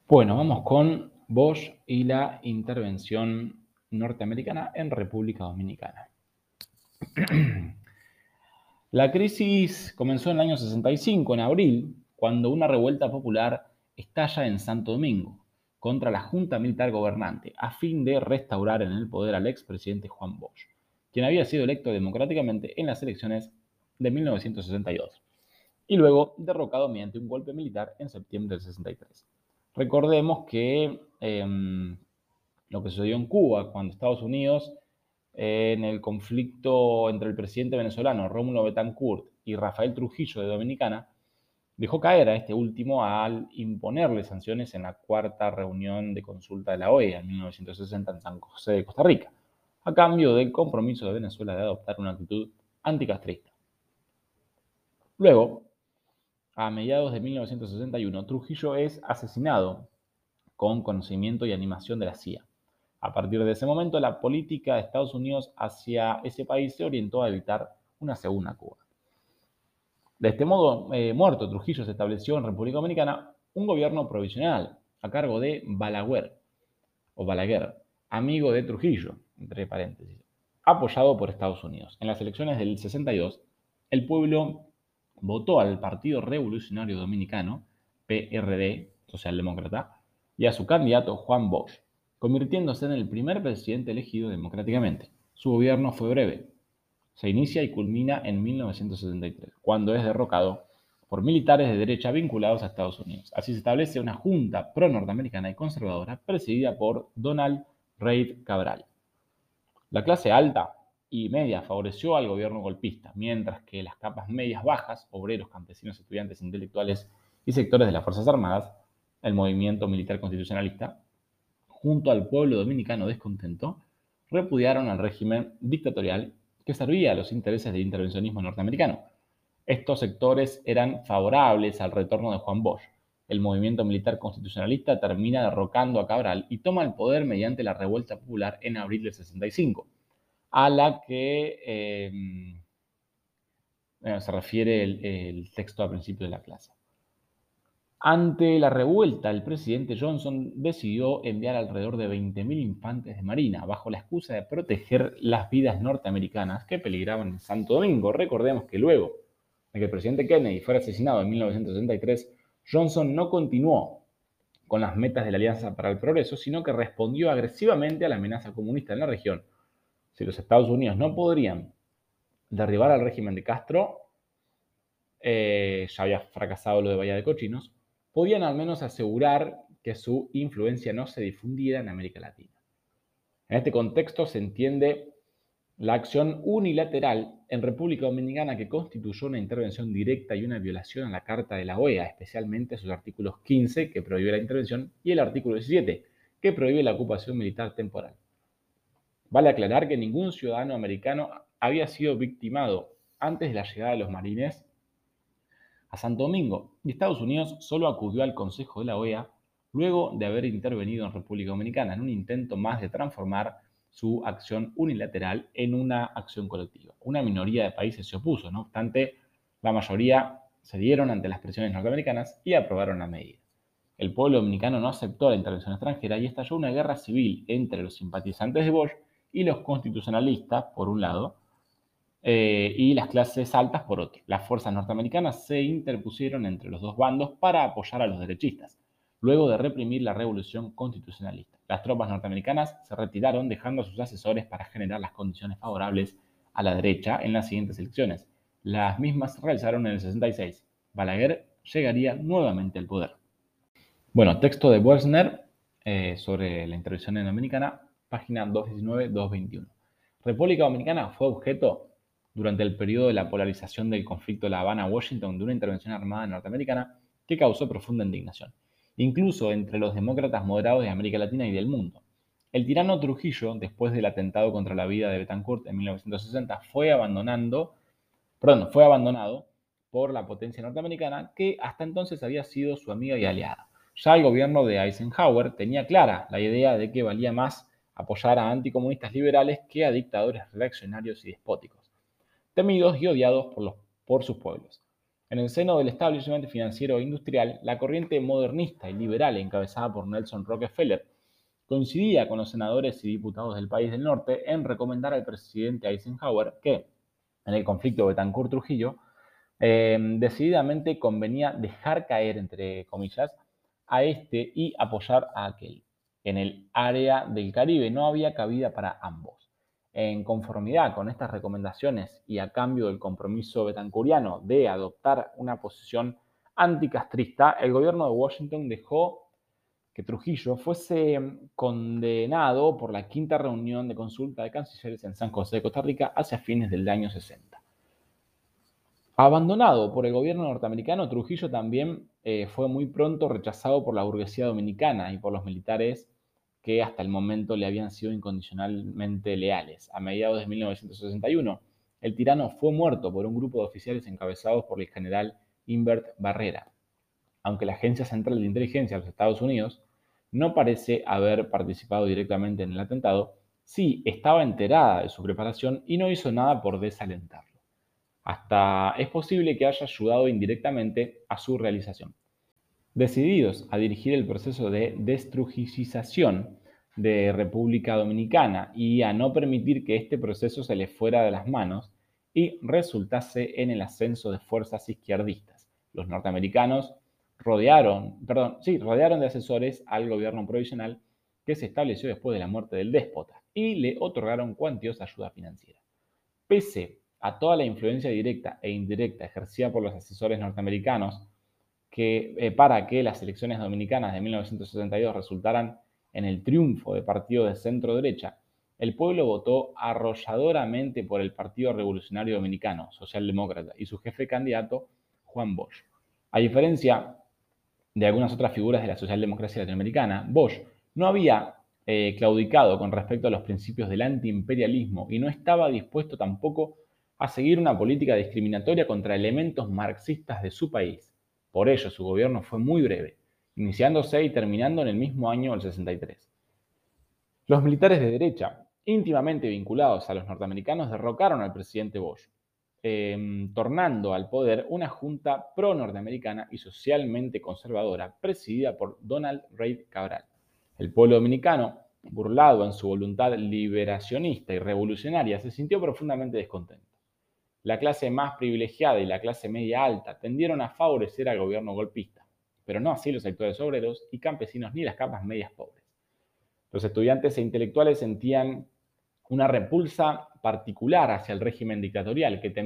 Bueno, vamos con Bosch y la intervención norteamericana en República Dominicana. La crisis comenzó en el año 65, en abril, cuando una revuelta popular estalla en Santo Domingo contra la junta militar gobernante, a fin de restaurar en el poder al expresidente Juan Bosch, quien había sido electo democráticamente en las elecciones de 1962 y luego derrocado mediante un golpe militar en septiembre del 63. Recordemos que lo que sucedió en Cuba, cuando Estados Unidos, en el conflicto entre el presidente venezolano Rómulo Betancourt y Rafael Trujillo de Dominicana, dejó caer a este último al imponerle sanciones en la cuarta reunión de consulta de la OEA en 1960 en San José de Costa Rica, a cambio del compromiso de Venezuela de adoptar una actitud anticastrista. Luego, a mediados de 1961, Trujillo es asesinado con conocimiento y animación de la CIA. A partir de ese momento, la política de Estados Unidos hacia ese país se orientó a evitar una segunda Cuba. De este modo, muerto Trujillo, se estableció en República Dominicana un gobierno provisional a cargo de Balaguer, amigo de Trujillo, entre paréntesis, apoyado por Estados Unidos. En las elecciones del 62, el pueblo votó al Partido Revolucionario Dominicano, PRD, socialdemócrata, y a su candidato Juan Bosch, convirtiéndose en el primer presidente elegido democráticamente. Su gobierno fue breve. Se inicia y culmina en 1973, cuando es derrocado por militares de derecha vinculados a Estados Unidos. Así se establece una junta pro-norteamericana y conservadora presidida por Donald Reid Cabral. La clase alta y media favoreció al gobierno golpista, mientras que las capas medias bajas, obreros, campesinos, estudiantes, intelectuales y sectores de las Fuerzas Armadas, el movimiento militar constitucionalista, junto al pueblo dominicano descontento, repudiaron al régimen dictatorial que servía a los intereses del intervencionismo norteamericano. Estos sectores eran favorables al retorno de Juan Bosch. El movimiento militar constitucionalista termina derrocando a Cabral y toma el poder mediante la revuelta popular en abril del 65, a la que se refiere el texto al principio de la clase. Ante la revuelta, el presidente Johnson decidió enviar alrededor de 20.000 infantes de marina, bajo la excusa de proteger las vidas norteamericanas que peligraban en Santo Domingo. Recordemos que luego de que el presidente Kennedy fuera asesinado en 1963, Johnson no continuó con las metas de la Alianza para el Progreso, sino que respondió agresivamente a la amenaza comunista en la región. Si los Estados Unidos no podrían derribar al régimen de Castro, ya había fracasado lo de Bahía de Cochinos, podían al menos asegurar que su influencia no se difundiera en América Latina. En este contexto se entiende la acción unilateral en República Dominicana que constituyó una intervención directa y una violación a la Carta de la OEA, especialmente sus artículos 15, que prohíbe la intervención, y el artículo 17, que prohíbe la ocupación militar temporal. Vale aclarar que ningún ciudadano americano había sido victimado antes de la llegada de los marines a Santo Domingo, y Estados Unidos solo acudió al Consejo de la OEA luego de haber intervenido en República Dominicana en un intento más de transformar su acción unilateral en una acción colectiva. Una minoría de países se opuso, no obstante, la mayoría cedieron ante las presiones norteamericanas y aprobaron la medida. El pueblo dominicano no aceptó la intervención extranjera y estalló una guerra civil entre los simpatizantes de Bosch y los constitucionalistas, por un lado, y las clases altas por otro. Las fuerzas norteamericanas se interpusieron entre los dos bandos para apoyar a los derechistas, luego de reprimir la revolución constitucionalista. Las tropas norteamericanas se retiraron dejando a sus asesores para generar las condiciones favorables a la derecha en las siguientes elecciones. Las mismas se realizaron en el 66. Balaguer llegaría nuevamente al poder. Bueno, texto de Buechner sobre la intervención en Dominicana, página 219-221. República Dominicana fue objeto durante el periodo de la polarización del conflicto de La Habana-Washington de una intervención armada norteamericana que causó profunda indignación, incluso entre los demócratas moderados de América Latina y del mundo. El tirano Trujillo, después del atentado contra la vida de Betancourt en 1960, fue abandonado por la potencia norteamericana que hasta entonces había sido su amiga y aliada. Ya el gobierno de Eisenhower tenía clara la idea de que valía más apoyar a anticomunistas liberales que a dictadores reaccionarios y despóticos, temidos y odiados por sus pueblos. En el seno del establishment financiero e industrial, la corriente modernista y liberal encabezada por Nelson Rockefeller coincidía con los senadores y diputados del país del norte en recomendar al presidente Eisenhower que, en el conflicto Betancourt-Trujillo, decididamente convenía dejar caer, entre comillas, a este y apoyar a aquel. En el área del Caribe no había cabida para ambos. En conformidad con estas recomendaciones y a cambio del compromiso betancuriano de adoptar una posición anticastrista, el gobierno de Washington dejó que Trujillo fuese condenado por la quinta reunión de consulta de cancilleres en San José de Costa Rica hacia fines del año 60. Abandonado por el gobierno norteamericano, Trujillo también fue muy pronto rechazado por la burguesía dominicana y por los militares que hasta el momento le habían sido incondicionalmente leales. A mediados de 1961, el tirano fue muerto por un grupo de oficiales encabezados por el general Invert Barrera, aunque la Agencia Central de Inteligencia de los Estados Unidos no parece haber participado directamente en el atentado, sí estaba enterada de su preparación y no hizo nada por desalentarlo. Hasta es posible que haya ayudado indirectamente a su realización. Decididos a dirigir el proceso de destrujización de República Dominicana y a no permitir que este proceso se le fuera de las manos y resultase en el ascenso de fuerzas izquierdistas. Los norteamericanos rodearon de asesores al gobierno provisional que se estableció después de la muerte del déspota y le otorgaron cuantiosa ayuda financiera. Pese a toda la influencia directa e indirecta ejercida por los asesores norteamericanos para que las elecciones dominicanas de 1962 resultaran en el triunfo de partidos de centro-derecha, el pueblo votó arrolladoramente por el Partido Revolucionario Dominicano, socialdemócrata, y su jefe candidato, Juan Bosch. A diferencia de algunas otras figuras de la socialdemocracia latinoamericana, Bosch no había claudicado con respecto a los principios del antiimperialismo y no estaba dispuesto tampoco a seguir una política discriminatoria contra elementos marxistas de su país. Por ello, su gobierno fue muy breve, iniciándose y terminando en el mismo año del 63. Los militares de derecha, íntimamente vinculados a los norteamericanos, derrocaron al presidente Bosch, tornando al poder una junta pro-norteamericana y socialmente conservadora presidida por Donald Reid Cabral. El pueblo dominicano, burlado en su voluntad liberacionista y revolucionaria, se sintió profundamente descontento. La clase más privilegiada y la clase media alta tendieron a favorecer al gobierno golpista, pero no así los sectores obreros y campesinos ni las capas medias pobres. Los estudiantes e intelectuales sentían una repulsa particular hacia el régimen dictatorial que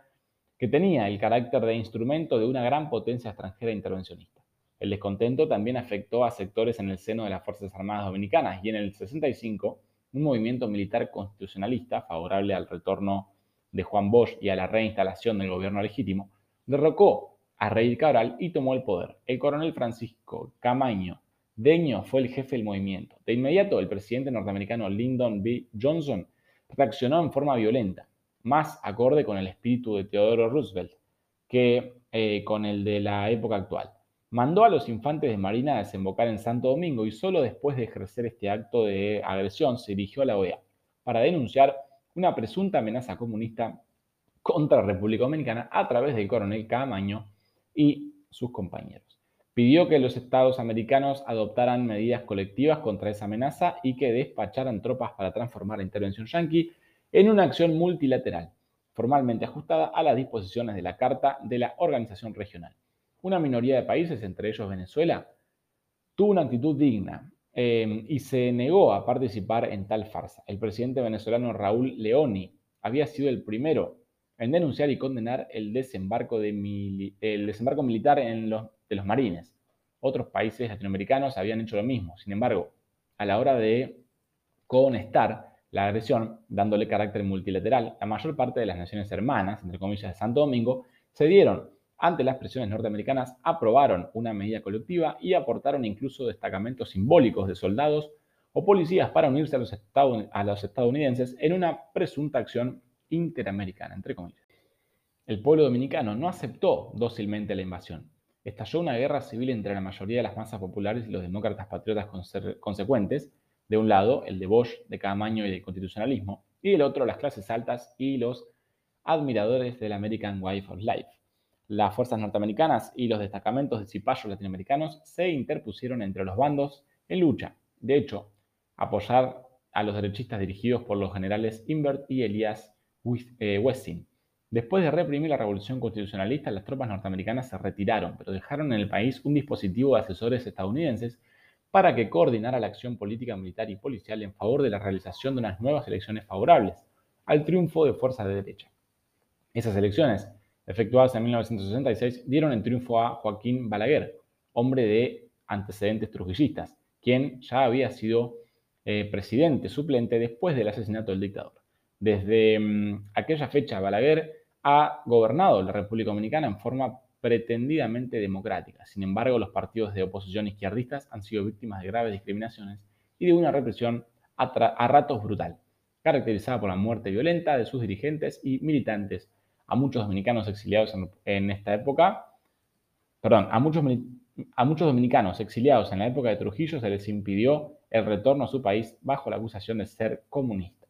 tenía el carácter de instrumento de una gran potencia extranjera intervencionista. El descontento también afectó a sectores en el seno de las Fuerzas Armadas Dominicanas y en el 65 un movimiento militar constitucionalista favorable al retorno de Juan Bosch y a la reinstalación del gobierno legítimo, derrocó a Reid Cabral y tomó el poder. El coronel Francisco Camaño Deño fue el jefe del movimiento. De inmediato, el presidente norteamericano Lyndon B. Johnson reaccionó en forma violenta, más acorde con el espíritu de Theodore Roosevelt que con el de la época actual. Mandó a los infantes de Marina a desembocar en Santo Domingo y solo después de ejercer este acto de agresión se dirigió a la OEA para denunciar una presunta amenaza comunista contra la República Dominicana a través del coronel Camaño y sus compañeros. Pidió que los estados americanos adoptaran medidas colectivas contra esa amenaza y que despacharan tropas para transformar la intervención yanqui en una acción multilateral, formalmente ajustada a las disposiciones de la Carta de la Organización Regional. Una minoría de países, entre ellos Venezuela, tuvo una actitud digna y se negó a participar en tal farsa. El presidente venezolano Raúl Leoni había sido el primero en denunciar y condenar el desembarco militar de los marines. Otros países latinoamericanos habían hecho lo mismo. Sin embargo, a la hora de cohonestar la agresión, dándole carácter multilateral, la mayor parte de las naciones hermanas, entre comillas, de Santo Domingo, cedieron ante las presiones norteamericanas, aprobaron una medida colectiva y aportaron incluso destacamentos simbólicos de soldados o policías para unirse a los estadounidenses en una presunta acción interamericana, entre comillas. El pueblo dominicano no aceptó dócilmente la invasión. Estalló una guerra civil entre la mayoría de las masas populares y los demócratas patriotas consecuentes, de un lado el de Bosch, de Camaño y del constitucionalismo, y del otro las clases altas y los admiradores del American Way of Life. Las fuerzas norteamericanas y los destacamentos de cipayos latinoamericanos se interpusieron entre los bandos en lucha. De hecho, apoyar a los derechistas dirigidos por los generales Imbert y Elias Wessing. Después de reprimir la revolución constitucionalista, las tropas norteamericanas se retiraron, pero dejaron en el país un dispositivo de asesores estadounidenses para que coordinara la acción política, militar y policial en favor de la realización de unas nuevas elecciones favorables al triunfo de fuerzas de derecha. Esas elecciones, efectuadas en 1966, dieron el triunfo a Joaquín Balaguer, hombre de antecedentes trujillistas, quien ya había sido presidente suplente después del asesinato del dictador. Desde aquella fecha, Balaguer ha gobernado la República Dominicana en forma pretendidamente democrática. Sin embargo, los partidos de oposición izquierdistas han sido víctimas de graves discriminaciones y de una represión a ratos brutal, caracterizada por la muerte violenta de sus dirigentes y militantes. A muchos dominicanos exiliados en esta época, perdón, a muchos dominicanos exiliados en la época de Trujillo se les impidió el retorno a su país bajo la acusación de ser comunistas.